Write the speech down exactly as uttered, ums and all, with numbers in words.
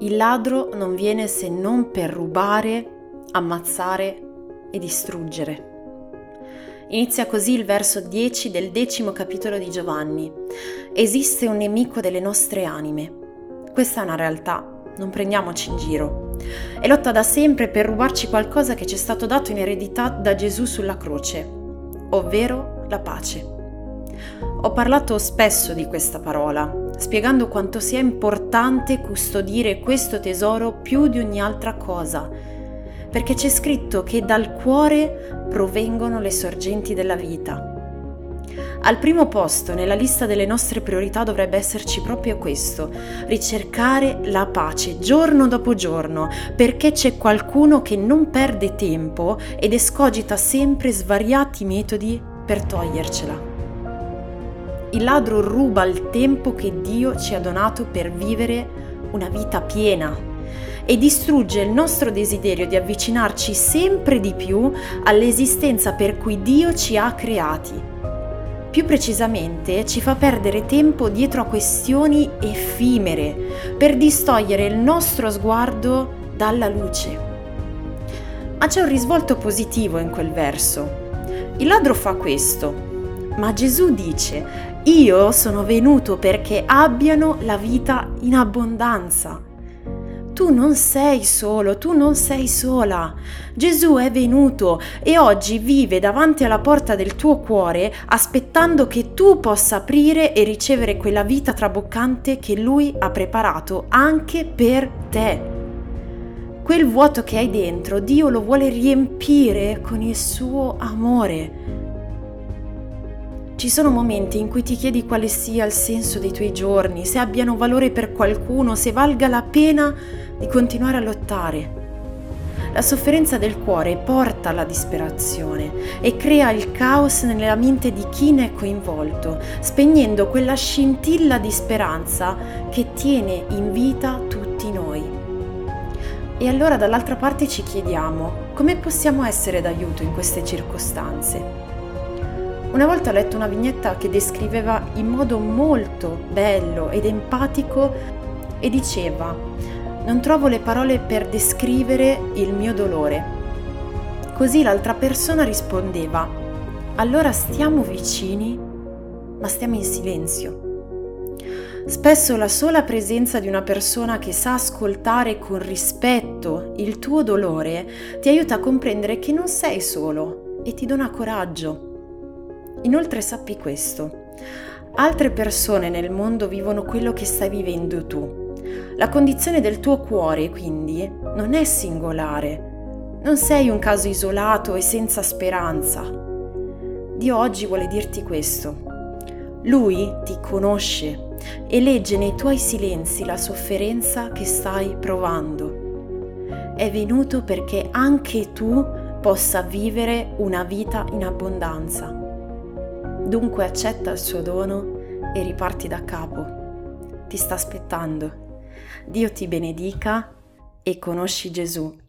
Il ladro non viene se non per rubare, ammazzare e distruggere. Inizia così il verso dieci del decimo capitolo di Giovanni. Esiste un nemico delle nostre anime. Questa è una realtà, non prendiamoci in giro. E lotta da sempre per rubarci qualcosa che ci è stato dato in eredità da Gesù sulla croce, ovvero la pace. Ho parlato spesso di questa parola, spiegando quanto sia importante custodire questo tesoro più di ogni altra cosa, perché c'è scritto che dal cuore provengono le sorgenti della vita. Al primo posto nella lista delle nostre priorità dovrebbe esserci proprio questo: ricercare la pace giorno dopo giorno, perché c'è qualcuno che non perde tempo ed escogita sempre svariati metodi per togliercela. Il ladro ruba il tempo che Dio ci ha donato per vivere una vita piena e distrugge il nostro desiderio di avvicinarci sempre di più all'esistenza per cui Dio ci ha creati. Più precisamente, ci fa perdere tempo dietro a questioni effimere per distogliere il nostro sguardo dalla luce. Ma c'è un risvolto positivo in quel verso. Il ladro fa questo, ma Gesù dice: io sono venuto perché abbiano la vita in abbondanza. Tu non sei solo, tu non sei sola. Gesù è venuto e oggi vive davanti alla porta del tuo cuore, aspettando che tu possa aprire e ricevere quella vita traboccante che Lui ha preparato anche per te. Quel vuoto che hai dentro, Dio lo vuole riempire con il suo amore. Ci sono momenti in cui ti chiedi quale sia il senso dei tuoi giorni, se abbiano valore per qualcuno, se valga la pena di continuare a lottare. La sofferenza del cuore porta alla disperazione e crea il caos nella mente di chi ne è coinvolto, spegnendo quella scintilla di speranza che tiene in vita tutti noi. E allora dall'altra parte ci chiediamo: come possiamo essere d'aiuto in queste circostanze? Una volta ho letto una vignetta che descriveva in modo molto bello ed empatico e diceva: non trovo le parole per descrivere il mio dolore. Così l'altra persona rispondeva: allora stiamo vicini, ma stiamo in silenzio. Spesso la sola presenza di una persona che sa ascoltare con rispetto il tuo dolore ti aiuta a comprendere che non sei solo e ti dona coraggio. Inoltre sappi questo: altre persone nel mondo vivono quello che stai vivendo tu. La condizione del tuo cuore, quindi, non è singolare. Non sei un caso isolato e senza speranza. Dio oggi vuole dirti questo. Lui ti conosce e legge nei tuoi silenzi la sofferenza che stai provando. È venuto perché anche tu possa vivere una vita in abbondanza. Dunque accetta il suo dono e riparti da capo. Ti sta aspettando. Dio ti benedica e conosci Gesù